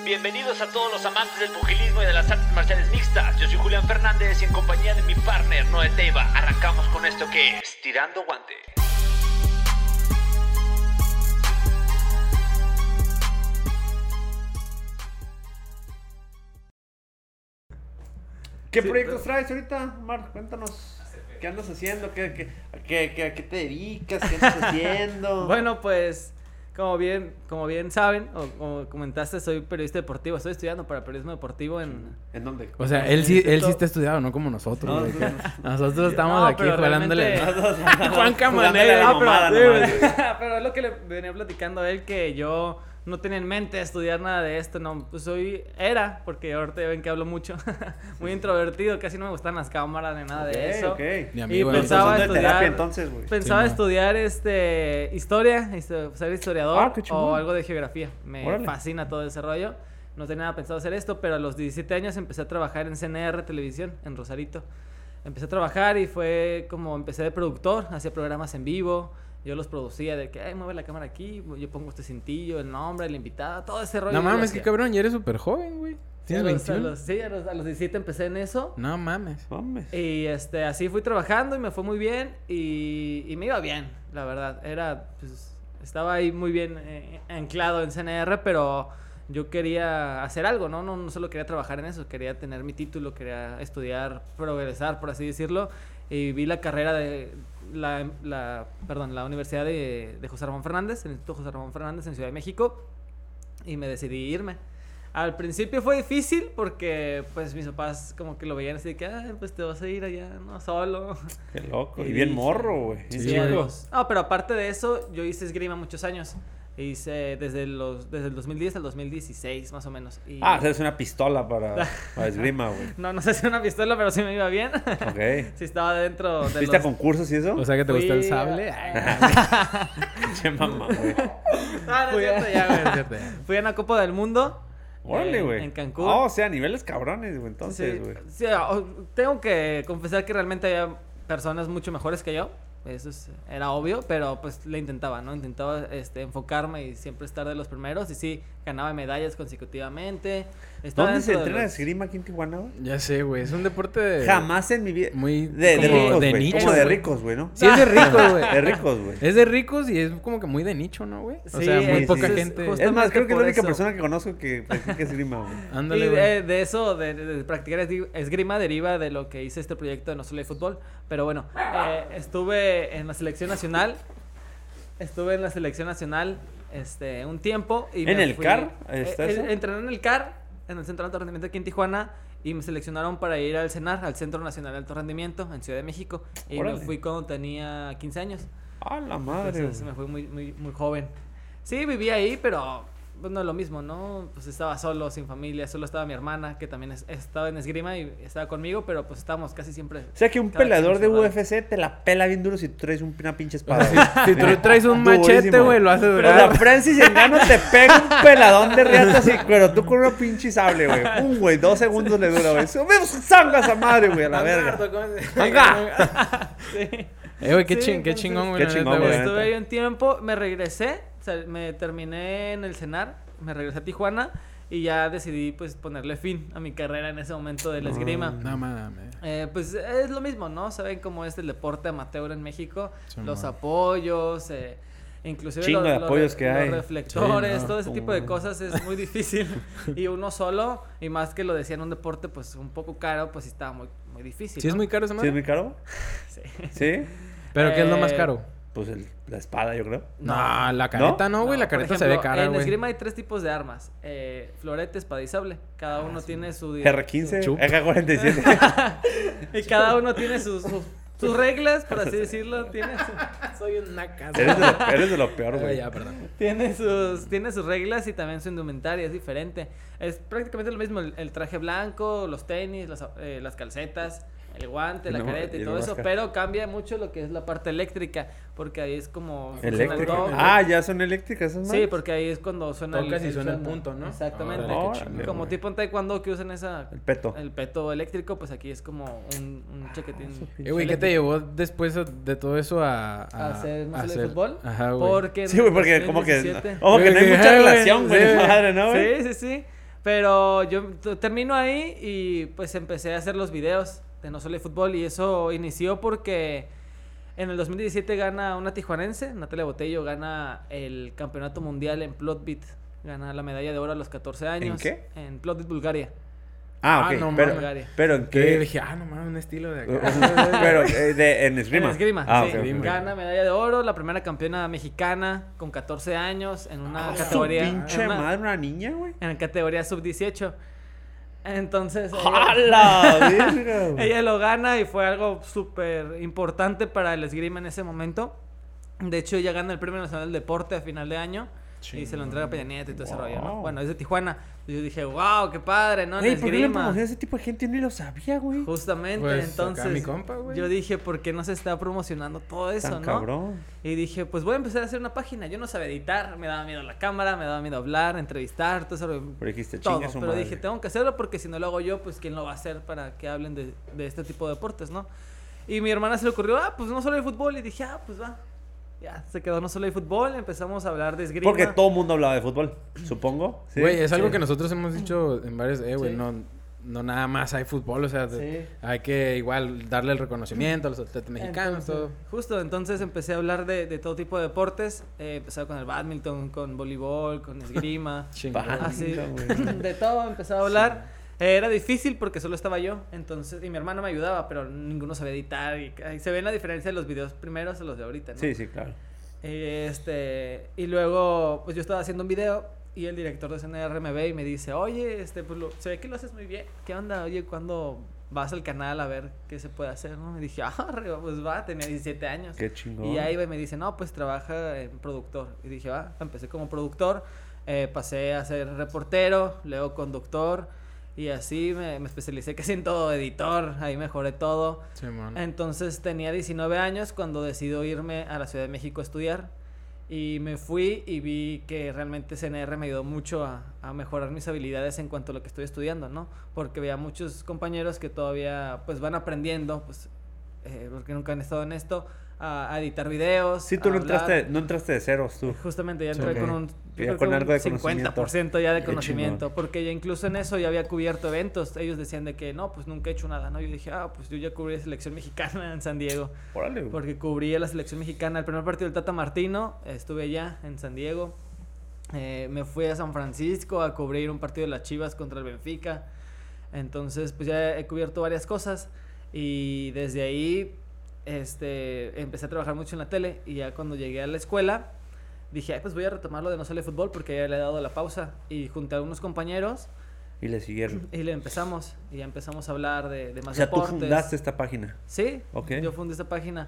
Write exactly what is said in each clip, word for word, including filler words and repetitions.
Bienvenidos a todos los amantes del pugilismo y de las artes marciales mixtas. Yo soy Julián Fernández y en compañía de mi partner Noé Teiva arrancamos con esto que es Tirando Guante. ¿Qué sí, proyectos pero... traes ahorita, Mar? Cuéntanos. ¿Qué andas haciendo? ¿Qué, qué, qué, qué, qué te dedicas? ¿Qué andas haciendo? Bueno, pues, como bien, como bien saben, o como comentaste, soy periodista deportivo. Estoy estudiando para periodismo deportivo en... ¿En dónde? O sea, él sí, él sí está estudiado, no como nosotros. No, no, no. Nosotros estamos no, aquí jugándole realmente... Juan Camanera. Ah, pero, sí, pero es lo que le venía platicando a él, que yo... no tenía en mente estudiar nada de esto, no, pues soy, era, porque ahorita ya ven que hablo mucho, muy introvertido, casi no me gustan las cámaras ni nada okay, de eso. Okay. Y amigo, pensaba estudiar, terapia, entonces, pensaba sí, estudiar este, historia, ser historiador ah, o algo de geografía. Me Órale. fascina todo ese rollo. No tenía nada pensado hacer esto, pero a los diecisiete años empecé a trabajar en C N R Televisión, en Rosarito. Empecé a trabajar y fue como empecé de productor, hacía programas en vivo. Yo los producía de que, ay, mueve la cámara aquí, yo pongo este cintillo, el nombre, el invitado, todo ese rollo. No mames, qué cabrón, ya eres súper joven, güey. ¿Tienes veintiuno? A los, sí, a los, a los diecisiete empecé en eso. No mames. mames. Y este, así fui trabajando y me fue muy bien y, y me iba bien, la verdad. Era, pues, estaba ahí muy bien eh, anclado en C N R, pero yo quería hacer algo, ¿no? ¿no? No solo quería trabajar en eso, quería tener mi título, quería estudiar, progresar, por así decirlo. Y vi la carrera de... La, la, perdón, la Universidad de, de José Ramón Fernández, el Instituto José Ramón Fernández en Ciudad de México, y me decidí irme. Al principio fue difícil porque pues mis papás como que lo veían así de que, ah, pues te vas a ir allá, no, solo. Qué loco, y, y bien dije, morro, güey. Sí, sí, no, pero aparte de eso, yo hice esgrima muchos años. Hice desde los desde el dos mil diez al dos mil dieciséis, más o menos. Y... Ah, o sea, es una pistola para, para esgrima, güey. No, no sé si es una pistola, pero sí me iba bien. Ok. Sí estaba dentro de ¿Viste los... a concursos y eso? O sea, que te Fui... gustó el sable. Che mamá, güey. No, no es cierto, ya, güey, es cierto. Fui a una Copa del Mundo. Órale, güey. En, en Cancún. Oh, o sea, niveles cabrones, güey, entonces, güey. Sí, sí, tengo que confesar que realmente había personas mucho mejores que yo. Eso es, era obvio, pero pues le intentaba, ¿no? Intentaba este, enfocarme y siempre estar de los primeros. Y sí, ganaba medallas consecutivamente. ¿Dónde se entrena los... esgrima aquí en Tijuana, güey? Ya sé, güey. Es un deporte de... Jamás en mi vida. Muy... De, de ricos, de güey. nicho. Como de ricos, güey, ¿no? Sí, es de ricos, güey. De ricos, güey. Es de ricos y es como que muy de nicho, ¿no, güey? O sí, sea, muy sí, poca sí, gente... Es, es más, creo que es la única eso. persona que conozco que practica esgrima, güey. Ándale, y güey. de, de eso, de, de, de practicar esgrima, deriva de lo que hice este proyecto de No Solo hay Fútbol. Pero bueno, eh, estuve en la selección nacional. Estuve en la selección nacional este, un tiempo. Y ¿En me el fui, C A R? ¿Está eh, eso? Entrené en el C A R, en el Centro de Alto Rendimiento aquí en Tijuana. Y me seleccionaron para ir al CENAR, al Centro Nacional de Alto Rendimiento, en Ciudad de México. Y Órale. me fui cuando tenía quince años. ¡Ah, la madre! Entonces me fui muy, muy, muy joven. Sí, viví ahí, pero pues no es lo mismo, ¿no? Pues estaba solo, sin familia, solo estaba mi hermana, que también es, estaba en esgrima y estaba conmigo, pero pues estábamos casi siempre... O sea que un peleador de U F C te la pela bien duro si tú traes una pinche espada. Si tú traes un machete, güey, lo hace durar. Pero la Francis Ngannou te pega un peladón de riata así, pero tú con una pinche sable, güey. Un güey, dos segundos le dura, güey. ¡Subimos sanga esa madre, güey, a la verga! ¡Anga! Sí. Eh, güey, qué, Sí, ching, qué entonces, chingón, güey. qué chingón, güey. Estuve ahí un tiempo, me regresé, o sea, me terminé en el CENAR, me regresé a Tijuana y ya decidí pues ponerle fin a mi carrera en ese momento de la esgrima. No mames. Eh, pues es lo mismo, ¿no? Saben cómo es el deporte amateur en México, Sí, los no. apoyos, eh, inclusive Chingo los, de los apoyos re- que hay. los reflectores, Sí, no, todo ese tipo de como- cosas es muy difícil. Y uno solo, y más que lo decían un deporte pues un poco caro, pues sí estaba muy, muy difícil. ¿Sí es ¿no? muy caro esa ¿Sí madre? es muy caro? Sí. ¿Sí? ¿Pero qué es lo más Eh, caro? Pues el, la espada, yo creo. No, la careta no, güey. No, La por careta ejemplo, se ve cara, en güey. esgrima hay tres tipos de armas. Eh, florete, espada y sable. Cada uno sí. tiene su... R quince, Chup. E K cuarenta y siete. Y cada uno tiene sus, sus, sus reglas, por así decirlo. Tiene, su- Soy una casa. Eres de lo, eres de lo peor, Ah, güey. ya, perdón. tiene, sus, tiene sus reglas y también su indumentaria. Es diferente. Es prácticamente lo mismo. El, el traje blanco, los tenis, las, eh, las calcetas, el guante, Y la no- careta y y todo no eso. masca- Pero cambia mucho lo que es la parte eléctrica. Porque ahí es como... funciona el ¿Eléctrica? doble. Ah, ya son eléctricas esas Sí, madres? porque ahí es cuando suena Tocas el, y suena el suena. punto, ¿no? Exactamente. Órale, qué Órale, chingón. Como güey. tipo en taekwondo que usan esa... El peto. El peto eléctrico, pues aquí es como un, un chaquetín. Eh, güey, ¿qué te llevó después de todo eso a... ¿A hacer no a solo de fútbol? Ajá, güey. Porque en Sí, güey, porque dos mil como que... diecisiete Como que no hay Güey, mucha güey, relación, güey, sí, esa güey. madre, ¿no, güey? Sí, sí, sí. Pero yo t- termino ahí y pues empecé a hacer los videos de No Solo hay Fútbol y eso inició porque en el dos mil diecisiete gana una tijuanense, Natalia Botello, gana el campeonato mundial en Plotbit, gana la medalla de oro a los catorce años. ¿En qué? En Plotbit, Bulgaria. Ah, ok. Ah, no, pero, Bulgaria. pero ¿en Que qué? dije, ah, no mames, un estilo de acá. pero eh, de, en esgrima. En esgrima, Ah, sí. ok, ok. Gana medalla de oro, la primera campeona mexicana con catorce años en una Ah, categoría... su pinche en una- madre, una niña, güey. En categoría sub dieciocho. Entonces... ella- ¡Hala! verga, güey! Ella lo gana y fue algo súper importante para el esgrima en ese momento. De hecho, ella gana el Premio Nacional del Deporte a final de año. Y se lo entrega a Peña Nieto y todo ese rollo, ¿no? Wow. Bueno, es de Tijuana. Y yo dije, wow, qué padre, ¿no? En Güey, ¿por qué le esgrima. promocionas a ese tipo de gente? Yo ni lo sabía, güey. Justamente, Pues, entonces... acá mi compa, güey. yo dije, ¿por qué no se está promocionando todo eso, Tan no? cabrón. Y dije, pues voy a empezar a hacer una página. Yo no sabía editar, me daba miedo la cámara, me daba miedo hablar, entrevistar, todo eso. Pero dijiste, todo. chinga su Pero madre. dije, tengo que hacerlo porque si no lo hago yo, pues quién lo va a hacer para que hablen de, de este tipo de deportes, ¿no? Y mi hermana se le ocurrió, ah, pues no solo hay fútbol. Y dije, ah, pues va. Ya, se quedó No Solo hay Fútbol, empezamos a hablar de esgrima. Porque todo el mundo hablaba de fútbol, supongo. ¿Sí? Güey, es algo Sí. que nosotros hemos dicho en varios... Eh, güey, Sí. no, no nada más hay fútbol, o sea... de- Sí. hay que igual darle el reconocimiento a los atletas mexicanos, Entonces, todo. Justo, entonces empecé a hablar de, de todo tipo de deportes. Eh, empecé con el badminton, con voleibol, con esgrima. Chingón. Bah. Así, güey. de todo empecé a hablar. Eh, era difícil porque solo estaba yo, entonces, y mi hermano me ayudaba, pero ninguno sabía editar. Y, y se ve la diferencia de los videos primeros a los de ahorita, ¿no? Sí, sí, claro. Eh, Este, y luego, pues yo estaba haciendo un video y el director de C N R me ve y me dice, oye, este, pues lo, se ve que lo haces muy bien. ¿Qué onda? Oye, ¿cuándo vas al canal a ver qué se puede hacer? ¿No? Me dije, ah, re, pues va, tenía diecisiete años. Qué chingón. Y ahí va y me dice, no, pues trabaja en productor. Y dije, va, empecé como productor, eh, pasé a ser reportero, luego conductor. Y así me, me especialicé casi en todo, editor, ahí mejoré todo. Simón. Entonces tenía diecinueve años cuando decidí irme a la Ciudad de México a estudiar. Y me fui y vi que realmente C N R me ayudó mucho a, a mejorar mis habilidades en cuanto a lo que estoy estudiando, ¿no? Porque veía muchos compañeros que todavía pues van aprendiendo, pues eh, porque nunca han estado en esto, a, a editar videos. Sí, tú a no hablar. entraste, no entraste de ceros, tú. Justamente ya Sí, entré ok. con un, yo Ya creo con que algo un de cincuenta por ciento ya de Qué conocimiento, chingón. porque ya incluso en eso ya había cubierto eventos. Ellos decían de que no, pues nunca he hecho nada, ¿no? Yo dije, ah, pues yo ya cubrí la selección mexicana en San Diego, Órale, güey. porque cubrí a la selección mexicana. El primer partido del Tata Martino, estuve allá en San Diego. Eh, me fui a San Francisco a cubrir un partido de las Chivas contra el Benfica. Entonces, pues ya he cubierto varias cosas y desde ahí este, empecé a trabajar mucho en la tele y ya cuando llegué a la escuela dije, ay, pues voy a retomar lo de No Solo hay Fútbol porque ya le he dado la pausa y junté a unos compañeros Y le siguieron. y le empezamos y ya empezamos a hablar de, de O más sea, tú deportes. fundaste esta página. Sí, Ok. yo fundé esta página.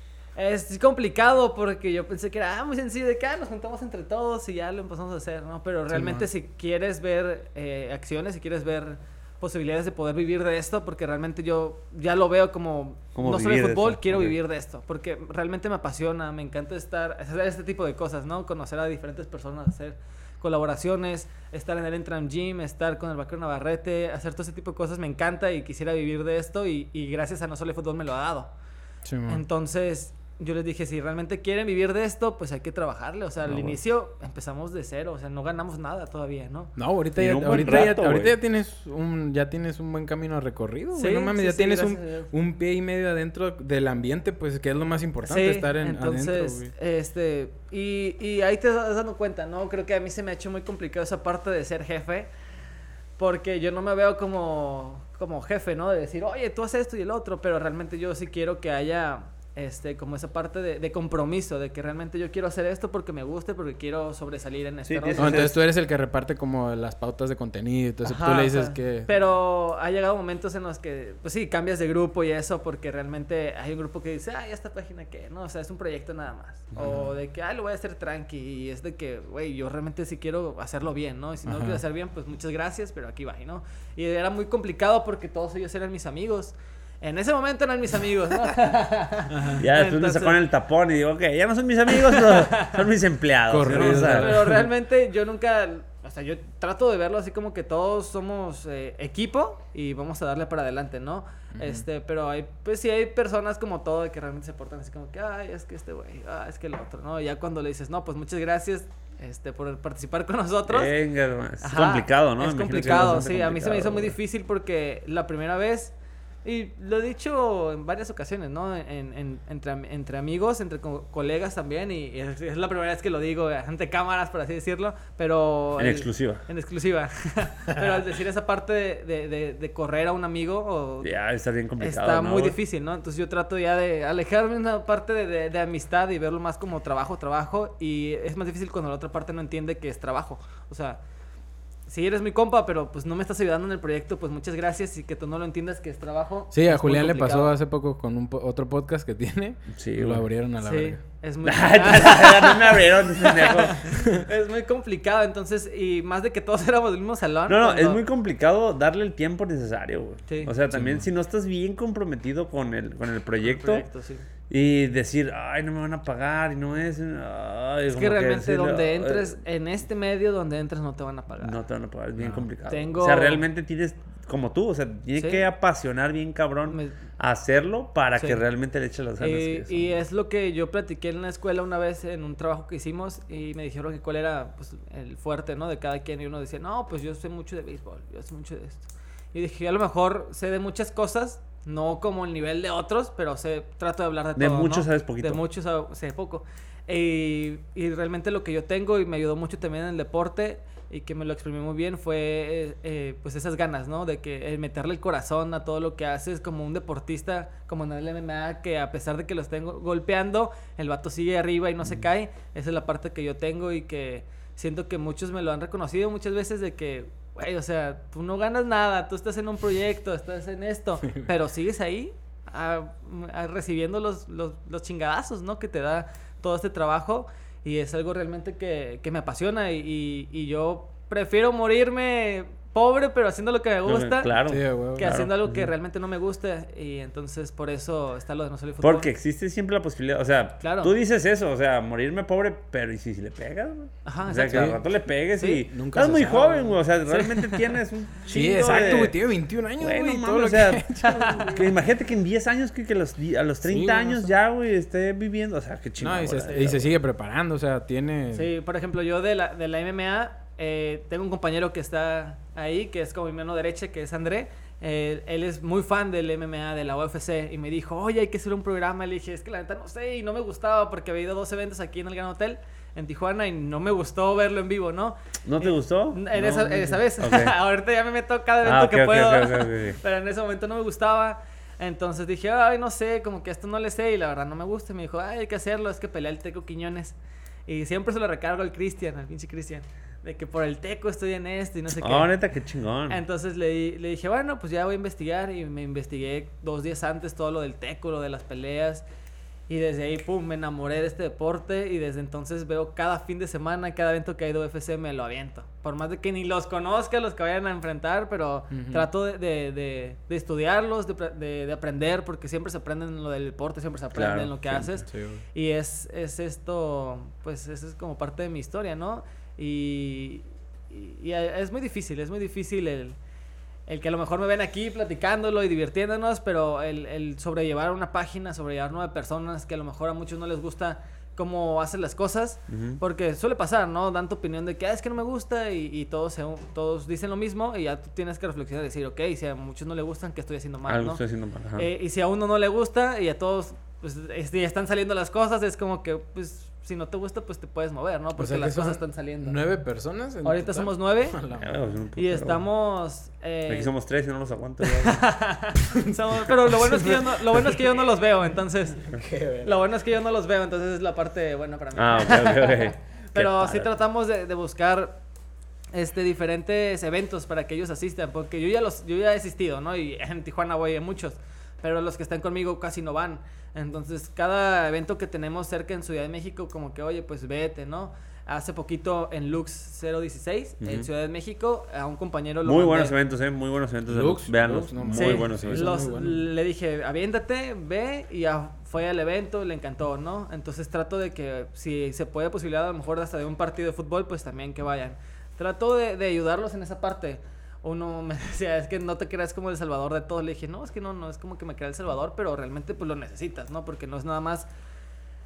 Es complicado porque yo pensé que era ah, muy sencillo de que ah, nos juntamos entre todos y ya lo empezamos a hacer, ¿no? Pero realmente Sí, si quieres ver eh, acciones, si quieres ver posibilidades de poder vivir de esto, porque realmente yo ya lo veo como, Como no solo el vivir de fútbol, esto, quiero ok. vivir de esto, porque realmente me apasiona, me encanta estar, hacer este tipo de cosas, ¿no? Conocer a diferentes personas, hacer colaboraciones, estar en el Entram Gym, estar con el Vaquero Navarrete, hacer todo ese tipo de cosas me encanta y quisiera vivir de esto y, y gracias a No Solo hay Fútbol me lo ha dado. Simón. Entonces, yo les dije, si realmente quieren vivir de esto, pues hay que trabajarle. O sea, al No, bueno. inicio empezamos de cero, o sea, no ganamos nada todavía, ¿no? No, ahorita Y ya, un buen ahorita, rato, ya, ahorita güey. ya tienes un ya tienes un buen camino recorrido, güey. Sí, No mames, sí, ya sí, tienes un, gracias a Dios. un pie y medio adentro del ambiente, pues que es lo más importante, Sí, estar en entonces, adentro, güey. este, y, y ahí te das dando cuenta, ¿no? Creo que a mí se me ha hecho muy complicado esa parte de ser jefe, porque yo no me veo como, como jefe, ¿no? De decir, oye, tú haces esto y el otro, pero realmente yo sí quiero que haya, este, como esa parte de, de compromiso, de que realmente yo quiero hacer esto porque me guste, porque quiero sobresalir en este Sí, rol. tienes No, que entonces ser- tú eres el que reparte como las pautas de contenido, entonces Ajá, tú le o dices sea, que... Pero ha llegado momentos en los que, pues sí, cambias de grupo y eso, porque realmente hay un grupo que dice, ay, esta página qué, no, o sea, es un proyecto nada más. O de que, ah, lo voy a hacer tranqui, y es de que, güey, yo realmente sí quiero hacerlo bien, ¿no? Y si no lo Ajá. quiero hacer bien, pues muchas gracias, pero aquí va, ¿no? Y era muy complicado porque todos ellos eran mis amigos. En ese momento eran mis amigos, ¿no? Ya después me Entonces- sacaron el tapón y digo, ok, ya no son mis amigos, pero son mis empleados. Correcto. ¿no? O sea, Pero realmente yo nunca, o sea, yo trato de verlo así como que todos somos eh, equipo y vamos a darle para adelante, ¿no? Este, pero hay, pues sí hay personas como todo que realmente se portan así como que, ay, es que este güey, ah, es que el otro, ¿no? Y ya cuando le dices, no, pues muchas gracias, este, por participar con nosotros. Venga, es Ajá, complicado, ¿no? Es complicado, sí. Complicado, a mí se me hizo muy difícil porque la primera vez, y lo he dicho en varias ocasiones, ¿no? En, en, entre, entre amigos, entre co colegas también, y es, es la primera vez que lo digo ante cámaras, por así decirlo, pero... En el, exclusiva. En exclusiva. Pero al decir esa parte de, de, de, de correr a un amigo... O, ya, está bien complicado, Está ¿no? muy difícil, ¿no? Entonces yo trato ya de alejarme una parte de, de, de amistad y verlo más como trabajo, trabajo, y es más difícil cuando la otra parte no entiende que es trabajo. O sea... Si eres mi compa, pero pues no me estás ayudando en el proyecto, pues muchas gracias y que tú no lo entiendas que es trabajo. Sí, a Julián le pasó hace poco con un po otro podcast que tiene. Sí, y lo abrieron a la sí, verga. Es muy no me abrieron, es muy complicado, entonces, y más de que todos éramos del mismo salón. No, no, cuando... es muy complicado darle el tiempo necesario, güey. Sí. O sea, también sí, si no estás bien comprometido con el, con el proyecto, el proyecto sí. Y decir, ay, no me van a pagar, y no es... Ay, es que realmente que donde decirle, entres, en este medio donde entres no te van a pagar. No te van a pagar, es bien no. complicado. Tengo... O sea, realmente tienes, como tú, o sea, tienes sí. que apasionar bien cabrón me... hacerlo para sí. que realmente le eches las ganas. Y, y es lo que yo platiqué en la escuela una vez en un trabajo que hicimos y me dijeron que cuál era pues, el fuerte, ¿no? De cada quien, y uno decía, no, pues yo sé mucho de béisbol, yo sé mucho de esto. Y dije, a lo mejor sé de muchas cosas, no como el nivel de otros, pero sé, trato de hablar de, de todo, De muchos ¿no? sabes poquito. De muchos sé poco. Y, y realmente lo que yo tengo, y me ayudó mucho también en el deporte, y que me lo exprimí muy bien, fue eh, eh, pues esas ganas, ¿no? De que eh, meterle el corazón a todo lo que haces como un deportista, como en el M M A, que a pesar de que lo estén golpeando, el vato sigue arriba y no mm. se cae. Esa es la parte que yo tengo y que siento que muchos me lo han reconocido muchas veces de que... Güey, o sea, tú no ganas nada, tú estás en un proyecto, estás en esto, pero sigues ahí a, a recibiendo los, los, los chingadazos, ¿no? Que te da todo este trabajo y es algo realmente que, que me apasiona y, y, y yo prefiero morirme pobre, pero haciendo lo que me gusta, claro, sí, bueno, que claro. haciendo algo que realmente no me gusta y entonces por eso está lo de no salir fútbol. Porque existe siempre la posibilidad, o sea, claro. tú dices eso, o sea, morirme pobre, pero ¿y si, si le pegas? ¿No? Ajá, o sea, que al rato le pegues sí. y nunca estás muy sabe, joven, güey, o sea, realmente sí. tienes un Sí, exacto, güey, de... tiene veintiún años, güey, bueno, todo lo o sea, que... que imagínate que en diez años, que, que los, a los treinta sí, años no, ya, güey, esté viviendo, o sea, qué chingón. No, y, se, y se sigue preparando, o sea, tiene... Sí, por ejemplo, yo de la, de la M M A... Eh, tengo un compañero que está ahí, que es como mi mano derecha, que es André. Eh, él es muy fan del M M A, de la U F C, y me dijo, oye, hay que hacer un programa. Le dije, es que la neta no sé, y no me gustaba porque había ido a dos eventos aquí en el Gran Hotel, en Tijuana, y no me gustó verlo en vivo, ¿no? ¿No te gustó? En no, esa, no, esa vez. Okay. Ahorita ya me meto cada evento ah, okay, que okay, puedo, okay, okay, okay. Pero en ese momento no me gustaba. Entonces dije, ay, no sé, como que esto no le sé, y la verdad no me gusta. Y me dijo, ay, hay que hacerlo, es que pelea el Teco Quiñones. Y siempre se lo recargo al Cristian, al pinche Cristian. De que por el Teco estoy en esto y no sé oh, qué. Oh, neta, qué chingón. Entonces le, le dije, bueno, pues ya voy a investigar. Y me investigué dos días antes todo lo del Teco, lo de las peleas. Y desde ahí, pum, me enamoré de este deporte. Y desde entonces veo cada fin de semana, cada evento que hay de U F C me lo aviento. Por más de que ni los conozca, los que vayan a enfrentar. Pero uh-huh. trato de, de, de, de estudiarlos, de, de, de aprender. Porque siempre se aprende en lo del deporte, siempre se aprende claro, en lo que siempre, haces. Sí. Y es, es esto, pues eso es como parte de mi historia, ¿no? Y, y, y es muy difícil, es muy difícil el, el que a lo mejor me ven aquí platicándolo y divirtiéndonos, pero el, el sobrellevar una página, sobrellevar nueve personas, que a lo mejor a muchos no les gusta cómo hacen las cosas, uh-huh. porque suele pasar, ¿no? Dan tu opinión de que ah, es que no me gusta y, y todos, se, todos dicen lo mismo y ya tú tienes que reflexionar y decir, ok, si a muchos no les gustan, ¿qué estoy haciendo mal? Algo ¿no? estoy haciendo mal, ajá. Eh, y si a uno no le gusta y a todos pues, ya están saliendo las cosas, es como que, pues... Si no te gusta, pues te puedes mover, ¿no? Porque o sea, las cosas están saliendo. ¿Nueve personas? Ahorita total? Somos nueve. Claro, y estamos... Eh... Aquí somos tres y no los aguanto. somos... Pero lo bueno, es que yo no, lo bueno es que yo no los veo, entonces... Lo bueno es que yo no los veo, entonces es la parte buena para mí. Ah, ok, ok, ok. Pero sí tratamos de, de buscar este diferentes eventos para que ellos asistan. Porque yo ya, los, yo ya he asistido, ¿no? Y en Tijuana voy a muchos. Pero los que están conmigo casi no van. Entonces, cada evento que tenemos cerca en Ciudad de México, como que, oye, pues vete, ¿no? Hace poquito en Lux cero dieciséis, uh-huh. en Ciudad de México, a un compañero... Lo muy mandé. buenos eventos, ¿eh? Muy buenos eventos. Lux, Veanlos, no, muy sí, buenos eventos. Los, muy bueno. Le dije, aviéntate, ve, y ya fue al evento, le encantó, ¿no? Entonces, trato de que, si se puede posibilidad, a lo mejor hasta de un partido de fútbol, pues también que vayan. Trato de, de ayudarlos en esa parte. Uno me decía, es que no te creas como el salvador de todo. Le dije, no, es que no, no es como que me crea el salvador, pero realmente pues lo necesitas, ¿no? Porque no es nada más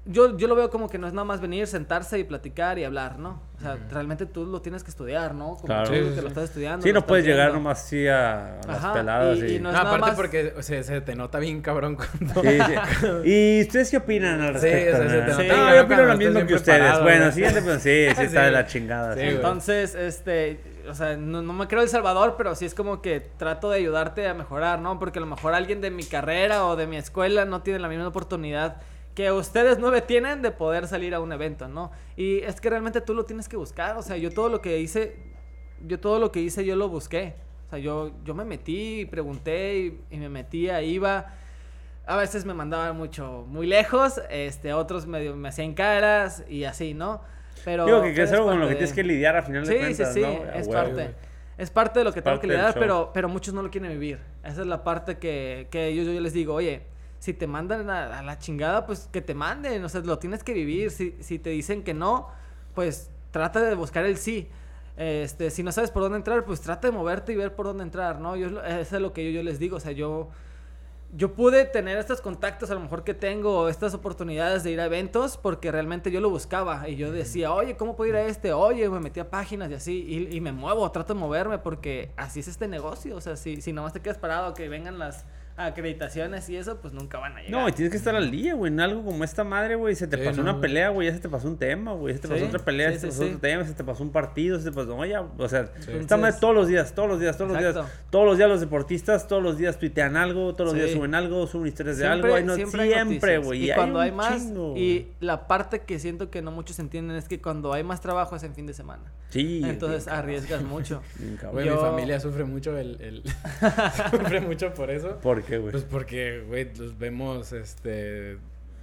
yo, yo lo veo como que no es nada más venir, sentarse y platicar y hablar, ¿no? O sea, uh-huh. realmente tú lo tienes que estudiar, ¿no? Como claro. tú Sí, que sí. lo estás estudiando. Sí, no puedes viendo. llegar nomás así a, a las peladas. Y, y... y no es no, nada aparte más... porque o sea, se te nota bien cabrón cuando... Sí, sí. ¿Y ustedes qué opinan al respecto? Sí, o sea, se te sí. nota No, bien yo opino lo cuando mismo estás que bien ustedes. preparado, Bueno, ¿verdad? siguiente, pues sí, sí, Sí. está de la chingada. Sí, sí. Entonces, este... O sea, no, no me creo El Salvador, pero sí es como que trato de ayudarte a mejorar, ¿no? Porque a lo mejor alguien de mi carrera o de mi escuela no tiene la misma oportunidad que ustedes nueve tienen de poder salir a un evento, ¿no? Y es que realmente tú lo tienes que buscar. O sea, yo todo lo que hice, yo todo lo que hice, yo lo busqué. O sea, yo, yo me metí, pregunté y, y me metía, iba. A veces me mandaban mucho, muy lejos, este, otros medio me hacían caras y así, ¿no? Pero digo que, que es algo con lo que de... tienes que lidiar a final de sí, cuentas, sí, sí, ¿no? es A parte. huevo. Es parte de lo que Es tengo que parte del lidiar, show. pero, pero muchos no lo quieren vivir. Esa es la parte que, que yo, yo les digo, oye, si te mandan a, a la chingada, pues que te manden, o sea, lo tienes que vivir. Si, si te dicen que no, pues trata de buscar el sí. Este, si no sabes por dónde entrar, pues trata de moverte y ver por dónde entrar, ¿no? Yo, eso es lo que yo, yo les digo, o sea, yo... Yo pude tener estos contactos a lo mejor que tengo, estas oportunidades de ir a eventos, porque realmente yo lo buscaba. Y yo decía, oye, ¿cómo puedo ir a este? Oye, me metí a páginas y así. Y, y me muevo, trato de moverme porque así es este negocio. O sea, si, si nomás te quedas parado, que vengan las acreditaciones y eso, pues nunca van a llegar. No, y tienes que estar al día, güey, en algo como esta madre, güey, se te Sí, pasó no, una güey. pelea, güey, ya se te pasó un tema, güey, se te pasó Sí, otra pelea, sí, se te sí, pasó sí. otro tema, se te pasó un partido, se te pasó, no, ya, o sea, Sí. esta madre todos los días, todos los días, todos los Exacto. días, todos los días los deportistas, todos los días tuitean algo, todos los Sí. días suben algo, suben historias de Siempre- algo, hay no, siempre hay siempre, noticias. güey, Y, hay cuando un hay más, chingo, y la parte que siento que no muchos entienden es que cuando hay más trabajo es en fin de semana. sí, Entonces bien, arriesgas mucho. bien, cabrón. Güey, Yo- mi familia sufre mucho el... el... sufre mucho por eso. ¿Por qué, güey? Pues porque, güey, los vemos, este...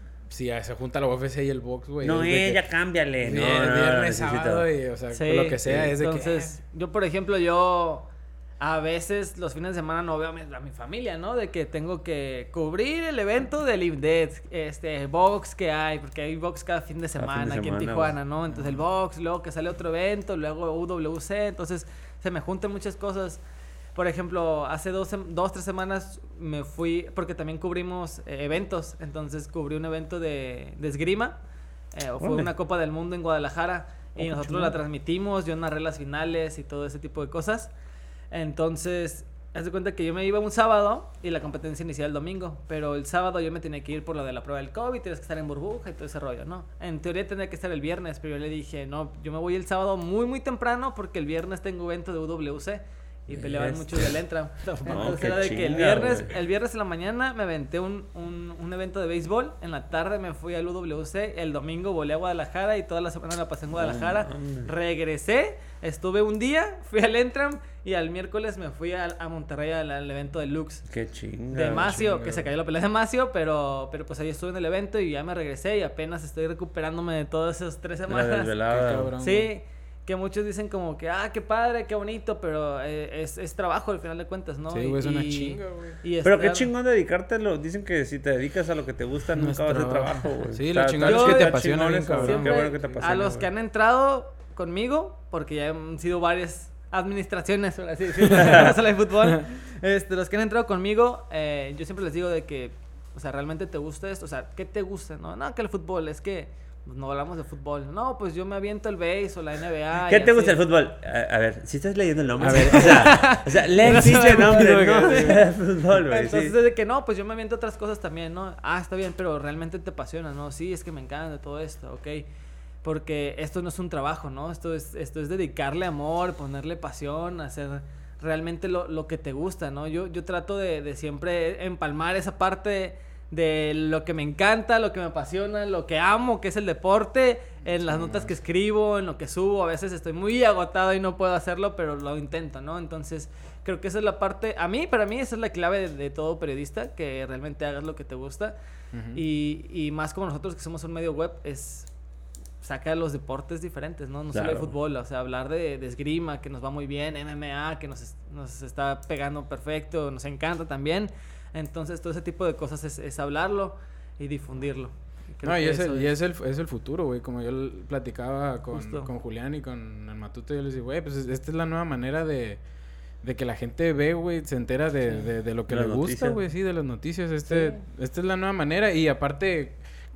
Si se junta la U F C y el box, güey. No, es de eh, que ya cámbiale, no, vier- no, Viernes, necesito. sábado y, o sea, Sí, lo que sea, sí. es de Entonces, yo, por ejemplo, yo a veces los fines de semana no veo a mi, a mi familia, ¿no? De que tengo que cubrir el evento del Live Dead, este, box que hay, porque hay box cada fin de semana, fin de aquí en semana, Tijuana, ¿no? Entonces el box, luego que sale otro evento, luego U W C, entonces se me juntan muchas cosas. Por ejemplo, hace dos, sem- dos, tres semanas me fui, porque también cubrimos eh, eventos, entonces cubrí un evento de, de esgrima, eh, fue Órale. una Copa del Mundo en Guadalajara, Oh, y qué nosotros chingón. la transmitimos, yo narré las finales y todo ese tipo de cosas. Entonces, haz de cuenta que yo me iba un sábado y la competencia iniciaba el domingo, pero el sábado yo me tenía que ir por lo de la prueba del COVID, tienes que estar en burbuja y todo ese rollo, ¿no? En teoría tenía que estar el viernes, pero yo le dije, no, yo me voy el sábado muy, muy temprano porque el viernes tengo evento de U W C. Y peleaban Este. mucho del Entram. Entonces qué era de que el chinga, viernes, güey. el viernes en la mañana me aventé un, un, un evento de béisbol. En la tarde me fui al U W C. El domingo volé a Guadalajara y toda la semana la pasé en Guadalajara. mames. Regresé, estuve un día, fui al Entram y al miércoles me fui a, a Monterrey al, al evento de Lux. Qué chinga. De Macio, chinga, que se güey. cayó la pelea de Macio, pero, pero pues ahí estuve en el evento y ya me regresé y apenas estoy recuperándome de todas esas tres La semanas. desvelada. Qué cabrón. Sí, que muchos dicen como que, ah, qué padre, qué bonito, pero eh, es, es trabajo al final de cuentas, ¿no? Sí, güey, es una Y- chinga, güey. y Pero qué estar- chingón dedicártelo. Dicen que si te dedicas a lo que te gusta, No nunca es va a ser trabajo. trabajo, güey. Sí, Está- lo chingón está- es que te está apasiona chingón bien, eso, cabrón. güey. Siempre Qué bueno que te apasiona, a los güey. que han entrado conmigo, porque ya han sido varias administraciones, por así decirlo, en la sala de fútbol, este, los que han entrado conmigo, eh, yo siempre les digo de que, o sea, realmente te gusta esto, o sea, ¿qué te gusta? No, no, que el fútbol, es que pues, no hablamos de fútbol. No, pues yo me aviento el béis o la N B A. ¿Qué y te gusta el así. fútbol? A, a ver, si estás leyendo el nombre. A ver. o sea, o sea lee el No se pinche me nombre, ocurre, no güey. el fútbol, güey. Entonces Sí. es de que no, pues yo me aviento otras cosas también, ¿no? Ah, está bien, pero realmente te apasiona, ¿no? Sí, es que me encanta todo esto, ¿ok? Porque esto no es un trabajo, ¿no? Esto es, esto es dedicarle amor, ponerle pasión, hacer realmente lo, lo que te gusta, ¿no? Yo, yo trato de, de siempre empalmar esa parte de lo que me encanta, lo que me apasiona, lo que amo, que es el deporte, en las notas que escribo, en lo que subo. A veces estoy muy agotado y no puedo hacerlo, pero lo intento, ¿no? Entonces, creo que esa es la parte, a mí, para mí, esa es la clave de, de todo periodista, que realmente hagas lo que te gusta. Ujú. y, y más como nosotros que somos un medio web, es sacar los deportes diferentes, ¿no? No solo Claro. el fútbol, o sea, hablar de, de esgrima, que nos va muy bien, M M A, que nos, es- nos está pegando perfecto, nos encanta también. Entonces, todo ese tipo de cosas es, es hablarlo y difundirlo. Creo No, y, que es eso el, y es el, es el futuro, güey. Como yo l- platicaba con, Justo. con Julián y con el Matute, yo les digo, güey, pues es- esta es la nueva manera de, de que la gente ve, güey, se entera de, Sí. de, de lo que De le las gusta, noticias. güey, sí, de las noticias. Este, Sí. Esta es la nueva manera y aparte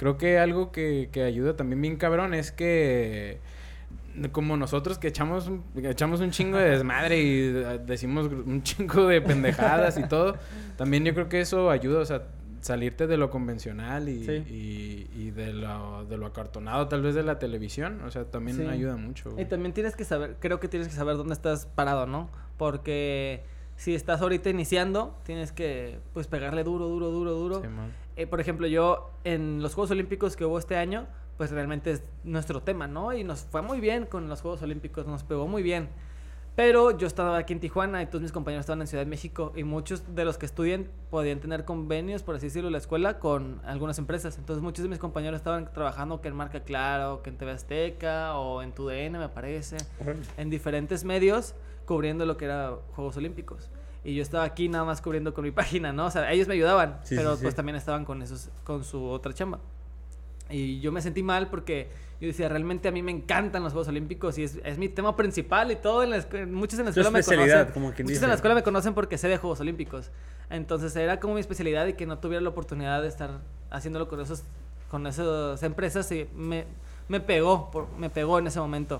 creo que algo que, que ayuda también bien cabrón es que como nosotros que echamos, que echamos un chingo de desmadre y decimos un chingo de pendejadas y todo, también yo creo que eso ayuda, o sea, salirte de lo convencional y, sí. y, y de, lo, de lo acartonado tal vez de la televisión, o sea, también sí. ayuda mucho. Y también tienes que saber, creo que tienes que saber dónde estás parado, ¿no? Porque si estás ahorita iniciando, tienes que, pues, pegarle duro, duro, duro, duro. Sí, eh, por ejemplo, yo en los Juegos Olímpicos que hubo este año, pues realmente es nuestro tema, ¿no? Y nos fue muy bien con los Juegos Olímpicos, nos pegó muy bien. Pero yo estaba aquí en Tijuana y todos mis compañeros estaban en Ciudad de México y muchos de los que estudian podían tener convenios, por así decirlo, en la escuela con algunas empresas. Entonces muchos de mis compañeros estaban trabajando que en Marca Claro, que en T V Azteca o en Tu D N, me parece, uh-huh. en diferentes medios cubriendo lo que era Juegos Olímpicos. Y yo estaba aquí nada más cubriendo con mi página, ¿no? O sea, ellos me ayudaban, sí, pero sí, pues sí. también estaban con esos, con su otra chamba. Y yo me sentí mal porque yo decía, realmente a mí me encantan los Juegos Olímpicos y es, es mi tema principal y todo. En la escu- muchos en la escuela me conocen. Como quien muchos dice. En la escuela me conocen porque sé de Juegos Olímpicos. Entonces era como mi especialidad y que no tuviera la oportunidad de estar haciéndolo con esos, con esas empresas y me, me pegó, por, me pegó en ese momento.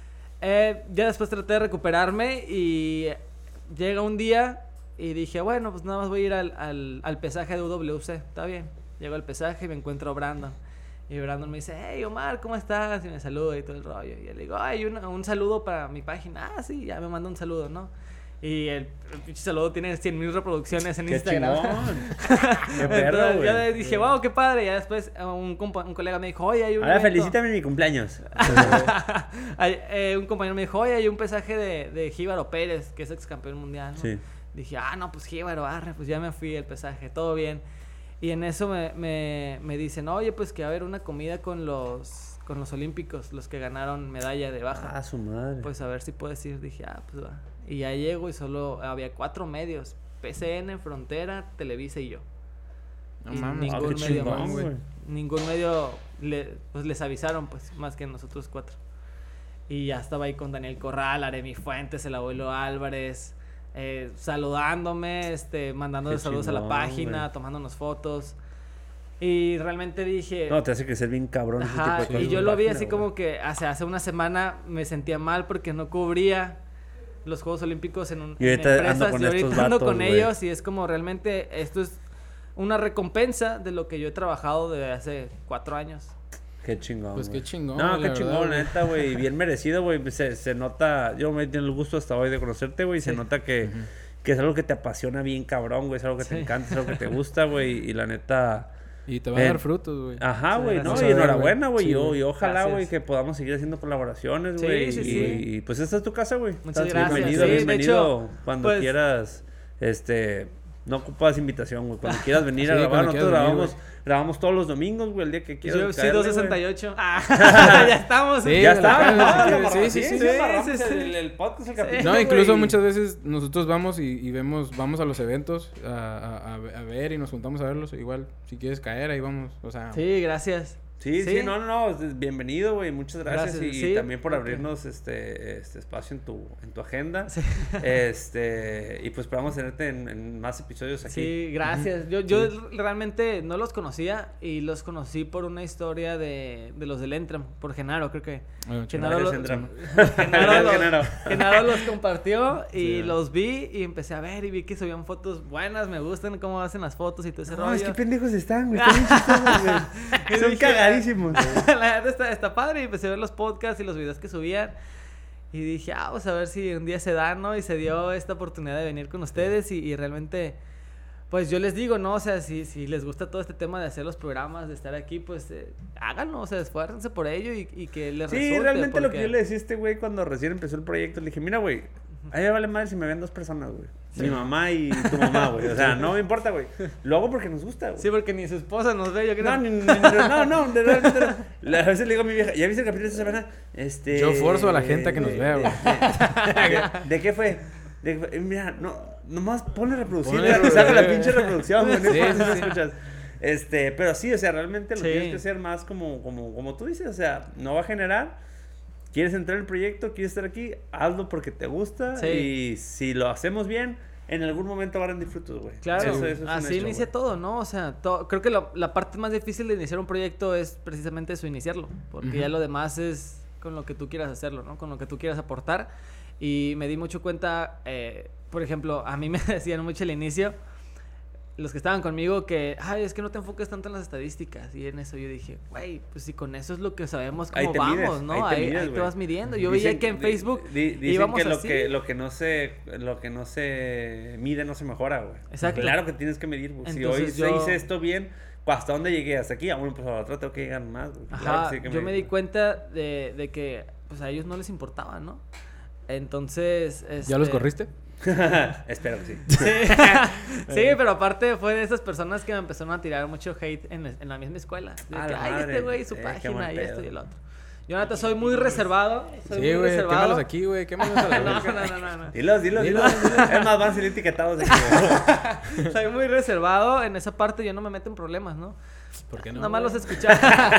Eh, ya después traté de recuperarme y llega un día y dije, bueno, pues nada más voy a ir al, al, al pesaje de U W C. Está bien. Llego al pesaje y me encuentro a Brandon. Y Brandon me dice, hey Omar, ¿cómo estás? Y me saluda y todo el rollo. Y yo le digo, ay, un, un saludo para mi página. Ah, sí, ya me manda un saludo, ¿no? Y el, el pinche saludo tiene cien mil reproducciones en ¡Qué Instagram. ¡Qué perro, güey! Ya le dije, wow, qué padre. Y ya después un, compa- un colega me dijo, oye, hay un Ahora evento. felicítame en mi cumpleaños. hay, eh, un compañero me dijo, oye, hay un pesaje de, de Jíbaro Pérez, que es ex campeón mundial, ¿no? Sí. Dije, ah, no, pues Jíbaro, arre, pues ya me fui al pesaje, todo bien. Y en eso me, me, me dicen, oye, pues que va a haber una comida con los con los olímpicos, los que ganaron medalla de baja. Ah, su madre. Pues a ver si puedes ir. Dije, ah, pues va. Y ya llego y solo había cuatro medios. P C N, Frontera, Televisa y yo. No mames, ningún ah, medio chingón, más. Güey. Ningún medio le, pues les avisaron, pues, más que nosotros cuatro. Y ya estaba ahí con Daniel Corral, Aremi Fuentes, el abuelo Álvarez... Eh, saludándome, este, mandando saludos chingón, a la página, wey. Tomándonos fotos. Y realmente dije... No, te hace crecer bien cabrón. Ajá, ese tipo de cosas y yo lo vi página, así wey. Como que hace, hace una semana me sentía mal porque no cubría los Juegos Olímpicos en, un, y ahorita en empresas. Ando con y ahorita estos ando vatos, con wey. ellos y es como realmente esto es una recompensa de lo que yo he trabajado desde hace cuatro años. Qué chingón. Pues wey. qué chingón. No, wey, qué chingón, verdad, neta, güey. Bien merecido, güey. Se, se nota. Yo me tengo el gusto hasta hoy de conocerte, güey. Sí. Se nota que, uh-huh. que es algo que te apasiona bien, cabrón, güey. Es algo que sí. te encanta, es algo que te gusta, güey. Y la neta. Y te va eh, a dar frutos, güey. Ajá, güey, sí, ¿no? Y enhorabuena, güey. Sí, y, y ojalá, güey, que podamos seguir haciendo colaboraciones, güey. Sí, sí, y, sí. y pues esta es tu casa, güey. Muchas gracias. Bienvenido, sí, bienvenido. Hecho, cuando pues, quieras, este... No ocupas invitación, güey. Cuando quieras venir sí, a grabar, nosotros grabamos, venir, grabamos todos los domingos, güey, el día que quieras. Yo sí, dos sesenta y ocho. Ah, ya estamos. Sí, ya estamos. Sí, sí, sí. El podcast, el capítulo. No, incluso muchas veces nosotros vamos y, y vemos, vamos a los eventos a, a, a ver y nos juntamos a verlos. Igual, si quieres caer, ahí vamos. O sea. Sí, gracias. Sí, sí, sí, no, no, no, bienvenido, güey, muchas gracias, gracias. Y, sí, y también por okay. abrirnos este, este espacio en tu, en tu agenda, sí. este, y pues esperamos tenerte en, en más episodios aquí. Sí, gracias, yo, yo sí. realmente no los conocía y los conocí por una historia de, de los del Entram, por Genaro, creo que bueno, Genaro, los, Entram. Genaro, los, Genaro. Genaro los compartió y sí. los vi y empecé a ver y vi que subían fotos buenas, me gustan cómo hacen las fotos y todo ese no, rollo. Es que pendejos están, güey, están bien chistosos, güey, son cagados. La verdad está, está padre y empecé a ver los podcasts y los videos que subían y dije, ah, pues a ver si un día se da, ¿no? Y se dio esta oportunidad de venir con ustedes y, y realmente, pues yo les digo, ¿no? O sea, si, si les gusta todo este tema de hacer los programas, de estar aquí, pues eh, háganlo, o sea, esfuércense por ello y, y que les resulte. Sí, realmente porque... lo que yo le decía a este güey cuando recién empezó el proyecto, le dije, mira, güey, a mí me vale madre si me ven dos personas, güey. Sí. Mi mamá y tu mamá, güey. O sea, no me importa, güey. Lo hago porque nos gusta, güey. Sí, porque ni su esposa nos ve, yo creo. No, ni, ni, no, no, no, realmente no. A veces le digo a mi vieja, ¿ya viste el capítulo de esta semana? Este... Yo forzo a la gente a que nos vea, güey. De, de, de, ¿De qué fue? De, mira, no, nomás ponle reproducir, que salga la pinche reproducción, güey. No sí, sí, sí. escuchas. Este, pero sí, o sea, realmente lo sí. tienes que hacer más como, como, como tú dices, o sea, no va a generar... ¿Quieres entrar en el proyecto? ¿Quieres estar aquí? Hazlo porque te gusta. Sí. Y si lo hacemos bien, en algún momento va a rendir frutos, güey. Claro, eso, eso es así hecho, inicia güey. todo, ¿no? O sea, to- creo que lo, la parte más difícil de iniciar un proyecto es precisamente eso, iniciarlo. Porque Uh-huh. ya lo demás es con lo que tú quieras hacerlo, ¿no? Con lo que tú quieras aportar. Y me di mucho cuenta, eh, por ejemplo, a mí me decían mucho al inicio, los que estaban conmigo, que, ay, es que no te enfoques tanto en las estadísticas. Y en eso yo dije, güey, pues si con eso es lo que sabemos Ahí cómo te vamos, mides, ¿no? ahí te Ahí, mides, ahí te güey. vas midiendo. Yo Dicen- veía que en di- Facebook di- dicen íbamos que lo así. que lo que no se lo que no se mide no se mejora, güey. Exacto. Claro que tienes que medir, güey. Si Entonces hoy yo- se hice esto bien, ¿hasta dónde llegué? Hasta aquí, aún pues a la otra tengo que llegar más, güey. Claro Ajá, que sí que yo me di medir. cuenta de, de que pues a ellos no les importaba, ¿no? Entonces... ¿Ya los este, corriste? Espero que sí. Sí. Sí, pero aparte fue de esas personas que me empezaron a tirar mucho hate en, en la misma escuela. De A que, la ay, madre. este güey, su Eh, qué página mal y esto pedo. y el otro. Yo, neta, soy muy reservado. Soy Sí, muy güey, reservado. quémalos aquí, güey, quémalos a la no, verga. no, no, no, no. Dilos, dilos, dilos. Es más, van a ser etiquetados aquí, güey. Soy muy reservado. En esa parte yo no me meto en problemas, ¿no? ¿Por qué no? Nada más güey? los escuchaba.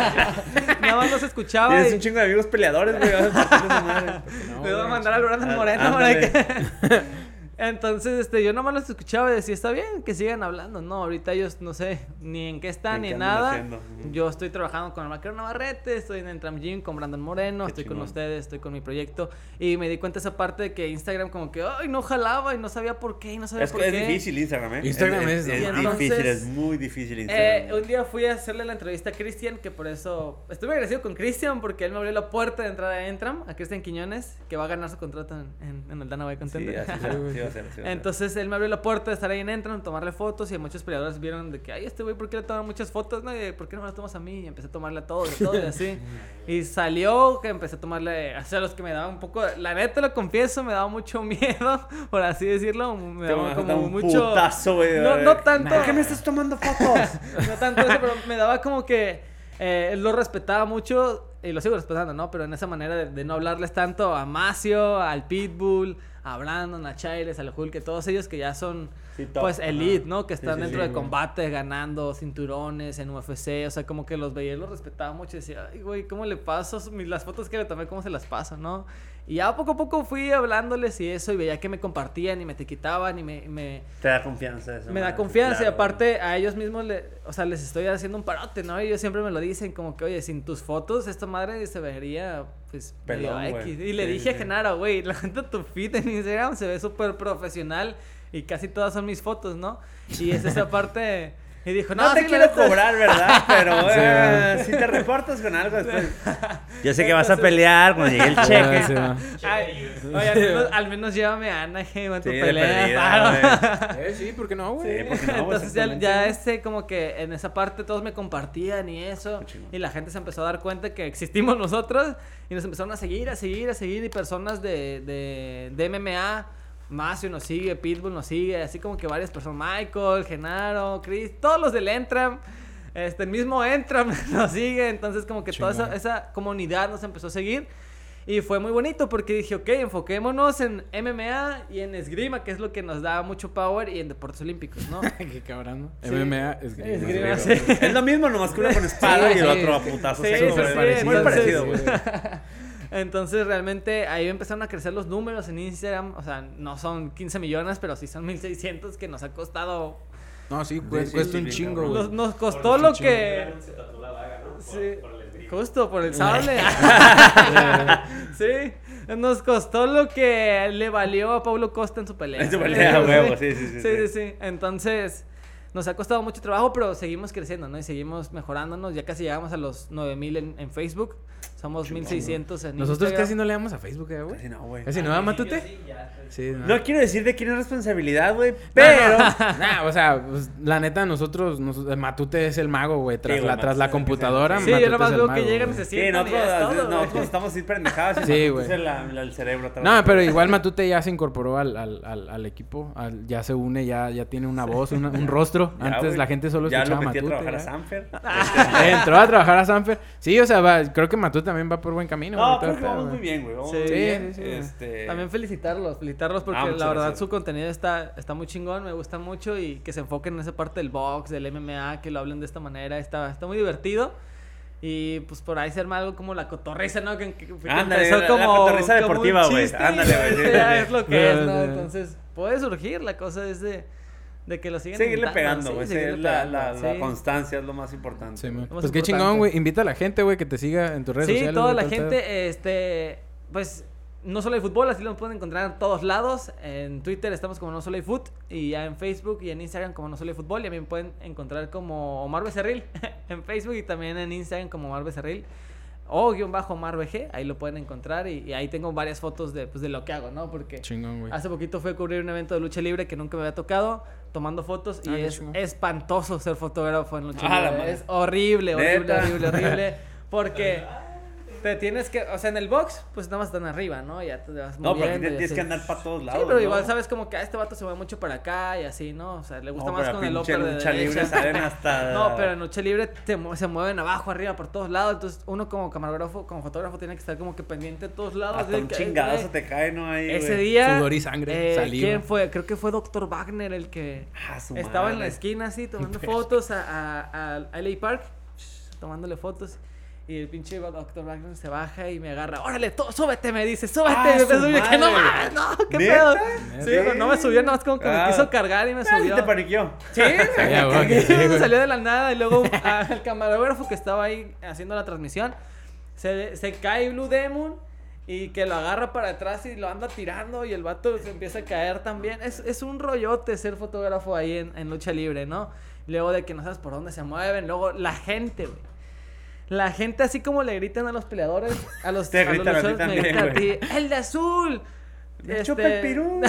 Nada más los escuchaba. Tienes y- un chingo de amigos peleadores, güey. Vas a partir de su madre. No, Me voy a güey. mandar al Brandon Ah, Moreno para ándale. que... Entonces, este, yo nomás los escuchaba y decía, está bien, que sigan hablando. No, ahorita ellos, no sé, ni en qué están, Ni ni qué en andan nada. haciendo. Ujú. Yo estoy trabajando con el Maquero Navarrete, estoy en Entram Gym con Brandon Moreno, Qué estoy con chingón. ustedes, estoy con mi proyecto. Y me di cuenta esa parte de que Instagram como que, ay, no jalaba y no sabía por qué y no sabía Es, por es qué. difícil Instagram, ¿eh? Instagram es- es, Y entonces, difícil, es muy difícil Eh, Instagram. un día fui a hacerle la entrevista a Cristian, que por eso estoy muy agradecido con Cristian porque él me abrió la puerta de entrada a Entram, a Cristian Quiñones, que va a ganar su contrato en, en, en el Dana White Sí, Contender. así será, sí va a ser, sí va a ser. Entonces él me abrió la puerta de estar ahí en Entram, tomarle fotos y muchos peleadores vieron de que, ay, este güey, ¿por qué le toman muchas fotos? No, y, ¿por qué no me las tomas a mí? Y empecé a tomarle a todos, a todos y así. Y salió que empecé a tomarle, o sea, los que me daban un poco, la neta lo confieso, me daba mucho miedo, por así decirlo, me Te daba vas a dar como un mucho... putazo, güey. No, no tanto... ¿Por qué me estás tomando fotos? No tanto eso, pero me daba como que eh, lo respetaba mucho y lo sigo respetando, ¿no? Pero en esa manera de, de no hablarles tanto a Macio, al Pitbull, a Brandon, a Chailes, al Hulk, que todos ellos que ya son Sí, top. pues elite, Ajá. ¿no? Que Sí, están sí, dentro sí, de güey. combate, ganando cinturones en U F C, o sea, como que los veía y los respetaba mucho y decía, ay, güey, ¿cómo le paso mis- las fotos que me tomé, cómo se las paso, ¿no? Y ya poco a poco fui hablándoles y eso, y veía que me compartían y me etiquetaban y me... me Te da confianza eso. me da madre, confianza y claro. aparte a ellos mismos, le, o sea, les estoy haciendo un parote, ¿no? Y ellos siempre me lo dicen como que, oye, sin tus fotos esta madre se vería, pues, medio Pelón, X. güey. Y le Sí, dije sí, a sí. Genaro, güey, la gente tu feed en Instagram se ve súper profesional y casi todas son mis fotos, ¿no? Y es esa parte... Y dijo, no, No te sí, la quiero neta- cobrar, ¿verdad? Pero Sí, eh, si te reportas con algo después. Yo sé que vas a pelear cuando llegue el Sí, cheque. sí, va. Ay, oye, al menos, al menos llévame a Anaheim a tu Sí, de pelea. perdida, paro. güey. Eh, sí, ¿por qué no, güey? Sí, porque no, Entonces ya, exactamente. ya este como que en esa parte todos me compartían y eso Qué chingón. y la gente se empezó a dar cuenta que existimos nosotros y nos empezaron a seguir, a seguir, a seguir y personas de, de, de M M A, Macio nos sigue, Pitbull nos sigue, así como que varias personas, Michael, Genaro, Chris, todos los del Entram, este, el mismo Entram nos sigue, entonces como que toda esa, Chingón. esa comunidad nos empezó a seguir. Y fue muy bonito porque dije, ok, enfoquémonos en M M A y en esgrima, que es lo que nos da mucho power, y en deportes olímpicos, ¿no? Qué cabrón, ¿no? Sí. M M A es gris. Esgrima, Sí, sí. güey. Es lo mismo, nomás que uno con espada Sí, y el sí. otro a putazos. Sí, es sí, como sí, parecido, muy entonces- parecido, güey. Entonces realmente ahí empezaron a crecer los números en Instagram, o sea, no son quince millones, pero sí son mil seiscientos que nos ha costado, No, sí, Sí, cuesta, sí, cuesta sí, un bien, chingo, cabrón. güey. nos, nos costó lo que... Sí, justo por el sable. Sí, nos costó lo que le valió a Paulo Costa en su pelea. En su pelea, huevo, sí, sí, sí, Sí, sí, sí. sí. Entonces, nos ha costado mucho trabajo, pero seguimos creciendo, ¿no? Y seguimos mejorándonos. Ya casi llegamos a los nueve mil en, en Facebook. Somos Chingón, mil seiscientos en Nosotros Instagram. casi no le damos a Facebook, ¿eh, güey. Casi no, güey. Casi no, ¿ah, Matute? Sí, no. No quiero decir de quién es responsabilidad, güey, pero... Nah, o sea, pues, la neta, nosotros, nos- Matute es el mago, güey. Tras, Sí, güey, la, tras Matute la es el que computadora, se- Sí, Matute yo nomás es el veo que mago, llegan y güey. se Sí, sientan y ya es nosotros, todo, güey. nosotros estamos así pendejados. y Sí, Matute güey. es la- la- el cerebro. atrás. No, pero igual Matute ya se incorporó al, al, al, al equipo, al- ya se une, ya, ya tiene una voz, una- un rostro. Ya, Antes güey. la gente solo Ya escuchaba lo a metí a Matute. trabajar a ya. Sanfer. Entró a trabajar a Sanfer. Sí, o sea, va, creo que Matute también va por buen camino. No, güey, todo creo el que pedo, vamos güey. muy bien, güey. Vamos Sí, muy bien. sí, sí, güey. Este... También felicitarlos, felicitarlos porque Ah, la muchas verdad gracias. su contenido está, está muy chingón, me gusta mucho y que se enfoquen en esa parte del box, del M M A, que lo hablen de esta manera, está, está muy divertido. Y pues por ahí se arma algo como la cotorriza, ¿no? Que, que, que Ándale, empezó la, como, la cotorriza como deportiva, un güey. chiste, Ándale, güey. Sí, ya sí, es sí. lo que es, ¿no? Sí, sí. Entonces puede surgir, la cosa es de, de que lo sigan Seguirle intentando, pegando, sí, güey. seguirle la, pegando, la, la sí. constancia es lo más importante. Sí, man. Lo más Pues qué importante. chingón, güey. Invita a la gente, güey, que te siga en tus redes Sí, sociales. toda güey, la todo el pedo. gente, este, pues, No Solo Hay Fútbol, así lo pueden encontrar en todos lados. En Twitter estamos como No Solo Hay Fut, y ya en Facebook y en Instagram como No Solo Hay Fútbol. Y también pueden encontrar como Omar Becerril en Facebook y también en Instagram como Omar Becerril. O guión bajo Omar B G, ahí lo pueden encontrar. Y, y ahí tengo varias fotos de, pues, de lo que hago, ¿no? Porque Chingón, güey. hace poquito fue a cubrir un evento de lucha libre que nunca me había tocado, tomando fotos, y Ah, qué es chingón. espantoso ser fotógrafo en lucha Ah, la libre. madre. Es horrible, horrible, ¿Neta? horrible, horrible. Porque te tienes que, o sea, en el box, pues nada más están arriba, ¿no? Ya te vas No, pero moviendo. aquí y tienes así. que andar para todos lados. Sí, pero ¿no? igual sabes como que a este vato se mueve mucho para acá y así, ¿no? O sea, le gusta No, más pero con el pinche upper de lucha libre derecha. salen hasta. No, pero en lucha libre te mu- se mueven abajo, arriba, por todos lados. Entonces, uno como camarógrafo, como fotógrafo, tiene que estar como que pendiente de todos lados. Hasta de un que- chingadazo eh, te cae, ¿no? Ahí, Ese güey. día. Sudor y sangre, eh, saliva. ¿Quién fue? Creo que fue doctor Wagner el que Ah, su estaba en la madre. esquina así, tomando fotos a, a, a L A Park, tomándole fotos. Y el pinche doctor Wagner se baja y me agarra. órale, to- súbete, me dice, súbete. Ah, y me su empezó a subir, que no madre. mames, no, qué ¿Neta? pedo. ¿Neta? Sí, pero no me subió, nada más como que Ah. me quiso cargar y me Ah, sí subió. te paniqueó. Sí, Ya, güey, que sí, güey. salió de la nada y luego ah, el camarógrafo que estaba ahí haciendo la transmisión se, se cae Blue Demon y que lo agarra para atrás y lo anda tirando y el vato se empieza a caer también. Es, es un rollote ser fotógrafo ahí en, en lucha libre, ¿no? Luego de que no sabes por dónde se mueven, luego la gente, güey. La gente así como le gritan a los peleadores, a los, Te a los gritan a ti luchadores, me también, gritan a güey. ti, ¡el de azul! Me Este- chupa el pirú.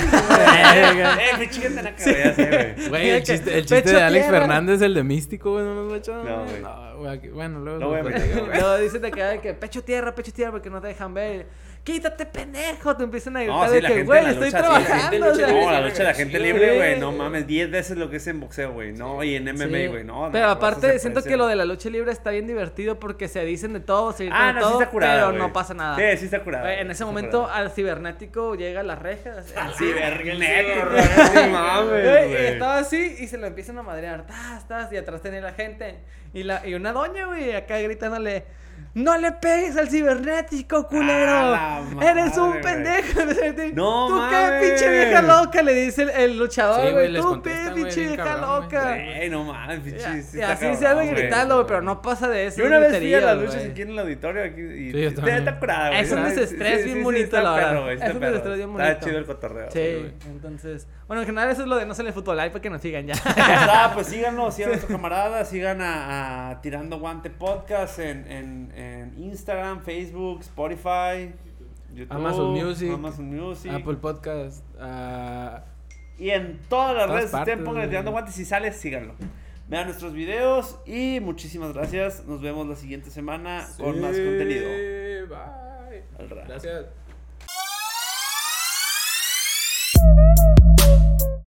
Eh, me chingan de la cabeza, güey. Güey, el chiste, el chiste Pecho de Alex tierra. Fernández, el de Místico, güey, no nos lo he echado. No, güey. güey. No, güey, aquí- bueno, luego. Lo voy a lo- meter, güey. Luego dicen de que, de que pecho tierra, pecho tierra, porque no te dejan ver. Quítate, pendejo. Te empiezan a gritar No, sí, de la que, gente güey, en la estoy lucha, sí, la gente trabajando. en o lucha- sea. No, la lucha de la gente Sí, libre, güey. güey. No mames, diez veces lo que es en boxeo, güey. No, y en M M A, Sí. güey. No, Pero no, aparte eso se siento aprecia. que lo de la lucha libre está bien divertido porque se dicen de todo, se gritan Ah, de no, sí todo, está curada, pero güey. no pasa nada. Sí, sí está curada. Güey, en sí ese está momento curada. al cibernético llega a las rejas. Al así, cibernético, güey. no mames, Güey, y güey. estaba así y se lo empiezan a madrear. Tas, tas, y atrás tenía la gente. Y, la, y una doña, güey, acá gritándole: ¡no le pegues al cibernético, culero! Ah, la ¡Eres un madre, pendejo! No ¿Tú mames. qué, pinche vieja loca? Le dice el, el luchador, Sí, güey, güey. les Tú, contesta, qué, güey, pinche bien vieja cabrón, loca. Güey, no mames, Y, pinche. sí y está así cabrón, se anda güey. gritando, güey, pero no pasa de eso. Yo una es vez fui a la griterío, lucha güey. aquí en el auditorio aquí, y Sí, yo está, también. está curada, güey. Es un Sí, desestrés sí, bien sí, bonito, está la perro, verdad. güey, está Es un perro. desestrés bien Está bonito. chido el cotorreo. Sí, entonces... Bueno, en general eso es lo de No Sale Fútbol, ahí para que nos sigan ya. Ah, pues síganos, sigan a nuestros camaradas, sigan a, a Tirando Guante Podcast en, en, en Instagram, Facebook, Spotify, YouTube, Amazon Music, Amazon Music, Apple Podcast. ah, y en todas las Todas redes. Si partes, ustedes pongan güey. Tirando Guante, si sale, síganlo. Vean nuestros videos y muchísimas gracias. Nos vemos la siguiente semana con más contenido. Bye. Al rato. Gracias.